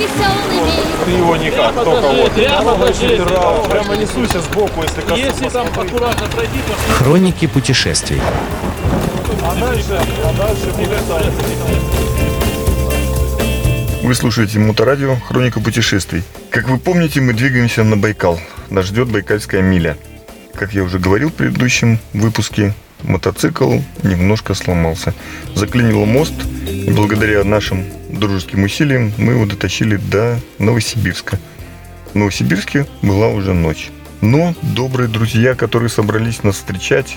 Ты его никак, только вот. Прямо несуйся сбоку, если коснусь. Если там аккуратно пройди, то... Хроники путешествий. А дальше Вы слушаете Моторадио «Хроника путешествий». Как вы помните, мы двигаемся на Байкал. Нас ждет Байкальская миля. Как я уже говорил в предыдущем выпуске, мотоцикл немножко сломался. Заклинило мост, и благодаря нашим дружеским усилиям мы его дотащили до Новосибирска. В Новосибирске была уже ночь. Но добрые друзья, которые собрались нас встречать,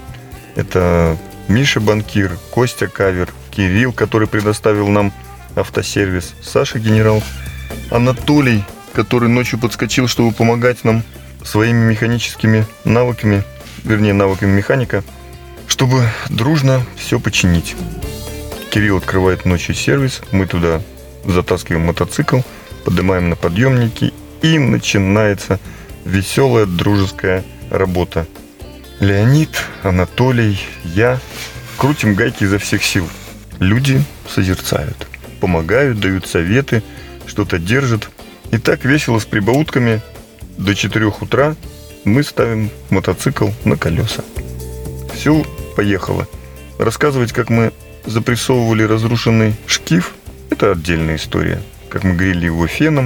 это Миша Банкир, Костя Кавер, Кирилл, который предоставил нам автосервис, Саша Генерал, Анатолий, который ночью подскочил, чтобы помогать нам своими механическими навыками, вернее, навыками механика, чтобы дружно все починить. Кирилл открывает ночью сервис, мы туда затаскиваем мотоцикл, поднимаем на подъемники, и начинается веселая дружеская работа. Леонид, Анатолий, я крутим гайки изо всех сил. Люди созерцают, помогают, дают советы, что-то держат. И так весело с прибаутками до 4 утра мы ставим мотоцикл на колеса. Все поехало. Рассказывать, как мы запрессовывали разрушенный шкив, это отдельная история. Как мы грели его феном.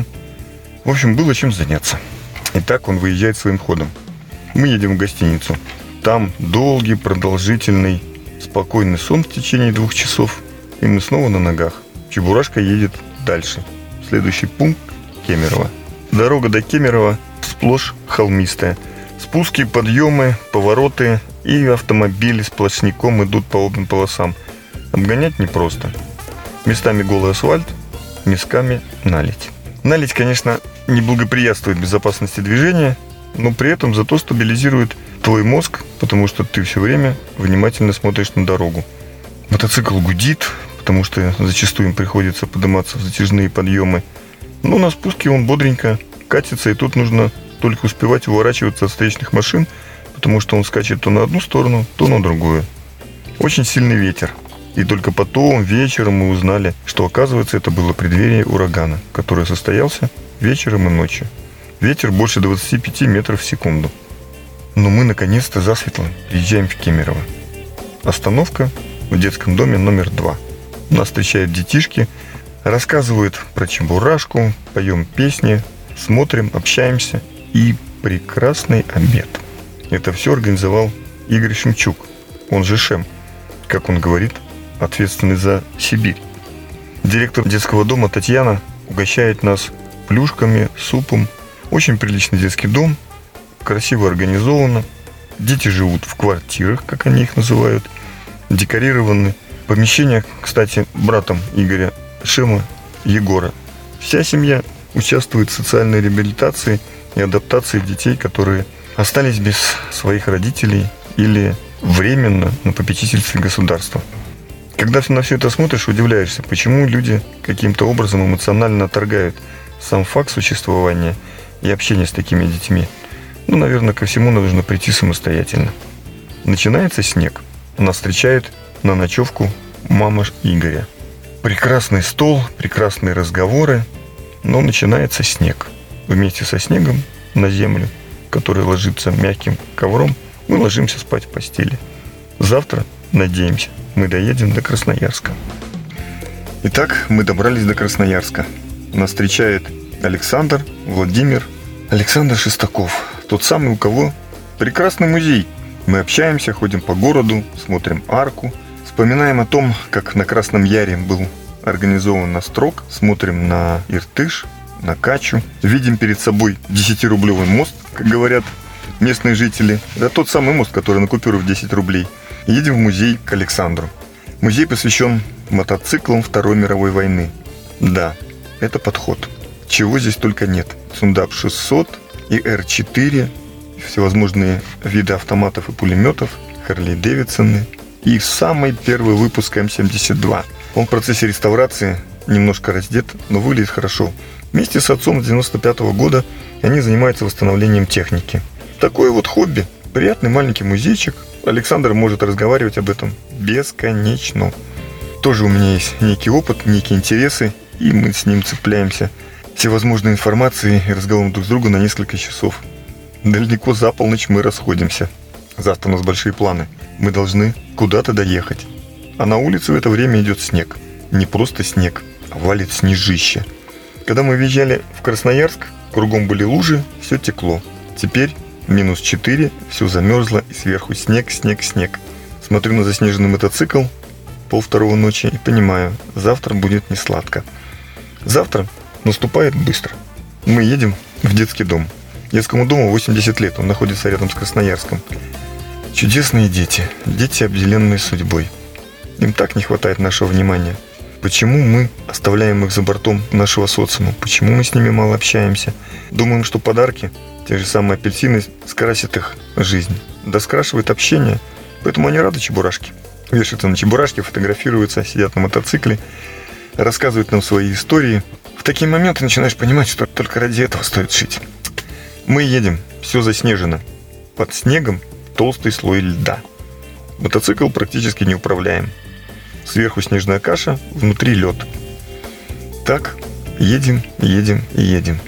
В общем, было чем заняться. Итак, он выезжает своим ходом. Мы едем в гостиницу. Там долгий, продолжительный, спокойный сон в течение 2 часов. И мы снова на ногах. Чебурашка едет дальше. Следующий пункт – Кемерово. Дорога до Кемерово сплошь холмистая. Спуски, подъемы, повороты, и автомобили сплошняком идут по обеим полосам. Обгонять непросто. Местами голый асфальт, местами наледь. Наледь, конечно, не благоприятствует безопасности движения, но при этом зато стабилизирует твой мозг, потому что ты все время внимательно смотришь на дорогу. Мотоцикл гудит, потому что зачастую им приходится подниматься в затяжные подъемы. Но на спуске он бодренько катится, и тут нужно только успевать уворачиваться от встречных машин, потому что он скачет то на одну сторону, то на другую. Очень сильный ветер. И только потом, вечером, мы узнали, что, оказывается, это было преддверие урагана, который состоялся вечером и ночью. Ветер больше 25 метров в секунду. Но мы, наконец-то, засветло приезжаем в Кемерово. Остановка в детском доме номер 2. Нас встречают детишки, рассказывают про Чебурашку, поем песни, смотрим, общаемся. И прекрасный обед. Это все организовал Игорь Шемчук, он же Шем, как он говорит, ответственный за Сибирь. Директор детского дома Татьяна угощает нас плюшками, супом. Очень приличный детский дом, красиво организовано. Дети живут в квартирах, как они их называют, декорированы. Помещение, кстати, братом Игоря Шема, Егора. Вся семья участвует в социальной реабилитации и адаптации детей, которые остались без своих родителей или временно на попечительстве государства. Когда на все это смотришь, удивляешься, почему люди каким-то образом эмоционально отторгают сам факт существования и общения с такими детьми. Ну, наверное, ко всему нужно прийти самостоятельно. Начинается снег. Нас встречает на ночевку мама Игоря. Прекрасный стол, прекрасные разговоры, но начинается снег. Вместе со снегом на землю, который ложится мягким ковром, мы ложимся спать в постели. Завтра, надеемся, мы доедем до Красноярска. Итак, мы добрались до Красноярска. Нас встречает Александр Шестаков. Тот самый, у кого прекрасный музей. Мы общаемся, ходим по городу, смотрим арку, вспоминаем о том, как на Красном Яре был организован настрог, смотрим на Иртыш, на Качу, видим перед собой 10-рублевый мост, как говорят местные жители. Это тот самый мост, который на купюру в 10 рублей. Едем в музей к Александру. Музей посвящен мотоциклам Второй мировой войны. Да, это подход. Чего здесь только нет. Цундап 600 и Р4, всевозможные виды автоматов и пулеметов, Харли Дэвидсоны и самый первый выпуск М72. Он в процессе реставрации немножко раздет, но выглядит хорошо. Вместе с отцом с 95-го года они занимаются восстановлением техники. Такое вот хобби. Приятный маленький музейчик. Александр может разговаривать об этом бесконечно. Тоже у меня есть некий опыт, некие интересы, и мы с ним цепляемся всевозможной информации и разговором друг с другом на несколько часов. Далеко за полночь мы расходимся. Завтра у нас большие планы. Мы должны куда-то доехать. А на улице в это время идет снег. Не просто снег, а валит снежище. Когда мы въезжали в Красноярск, кругом были лужи, все текло. Теперь -4, все замерзло, и сверху снег, снег, снег. Смотрю на заснеженный мотоцикл 1:30 ночи и понимаю, завтра будет не сладко. Завтра наступает быстро. Мы едем в детский дом. Детскому дому 80 лет, он находится рядом с Красноярском. Чудесные дети, дети, обделенные судьбой. Им так не хватает нашего внимания. Почему мы оставляем их за бортом нашего социума? Почему мы с ними мало общаемся? Думаем, что подарки, те же самые апельсины, скрасят их жизнь. Да скрашивает общение. Поэтому они рады чебурашке. Вешаются на чебурашке, фотографируются, сидят на мотоцикле, рассказывают нам свои истории. В такие моменты начинаешь понимать, что только ради этого стоит жить. Мы едем, все заснежено. Под снегом толстый слой льда. Мотоцикл практически не управляем. Сверху снежная каша, внутри лед. Так, едем, едем и едем.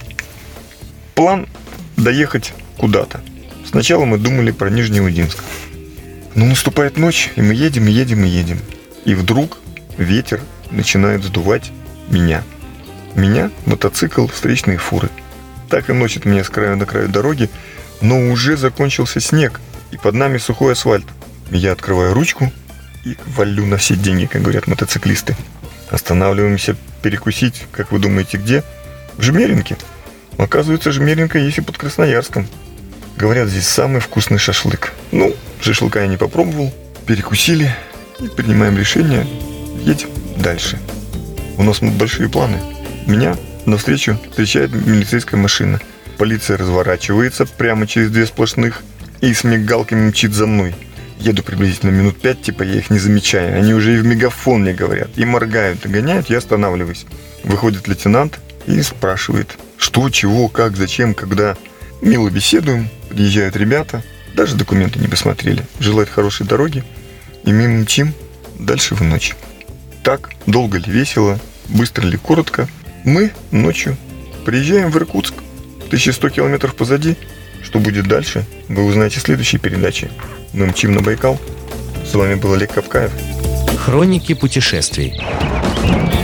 План доехать куда-то. Сначала мы думали про Нижнеудинск. Но наступает ночь, и мы едем, и едем, и едем. И вдруг ветер начинает сдувать меня. Меня, мотоцикл, встречные фуры. Так и носит меня с краю на краю дороги, но уже закончился снег, и под нами сухой асфальт. Я открываю ручку и валю на все деньги, как говорят мотоциклисты. Останавливаемся перекусить, как вы думаете, где? В Жмеринке. Оказывается, Жмеринка есть и под Красноярском. Говорят, здесь самый вкусный шашлык. Ну, шашлыка я не попробовал. Перекусили и принимаем решение. Едем дальше. У нас большие планы. Меня навстречу встречает милицейская машина. Полиция разворачивается прямо через 2 сплошных и с мигалками мчит за мной. Еду приблизительно минут 5, типа я их не замечаю. Они уже и в мегафон мне говорят. И моргают, и гоняют, я останавливаюсь. Выходит лейтенант и спрашивает, что, чего, как, зачем, когда. Мило беседуем, подъезжают ребята, даже документы не посмотрели. Желают хорошей дороги, и мы мчим дальше в ночь. Так, долго ли, весело, быстро ли, коротко. Мы ночью приезжаем в Иркутск. 1100 километров позади. Что будет дальше, вы узнаете в следующей передаче. Мы мчим на Байкал. С вами был Олег Капкаев. Хроники путешествий.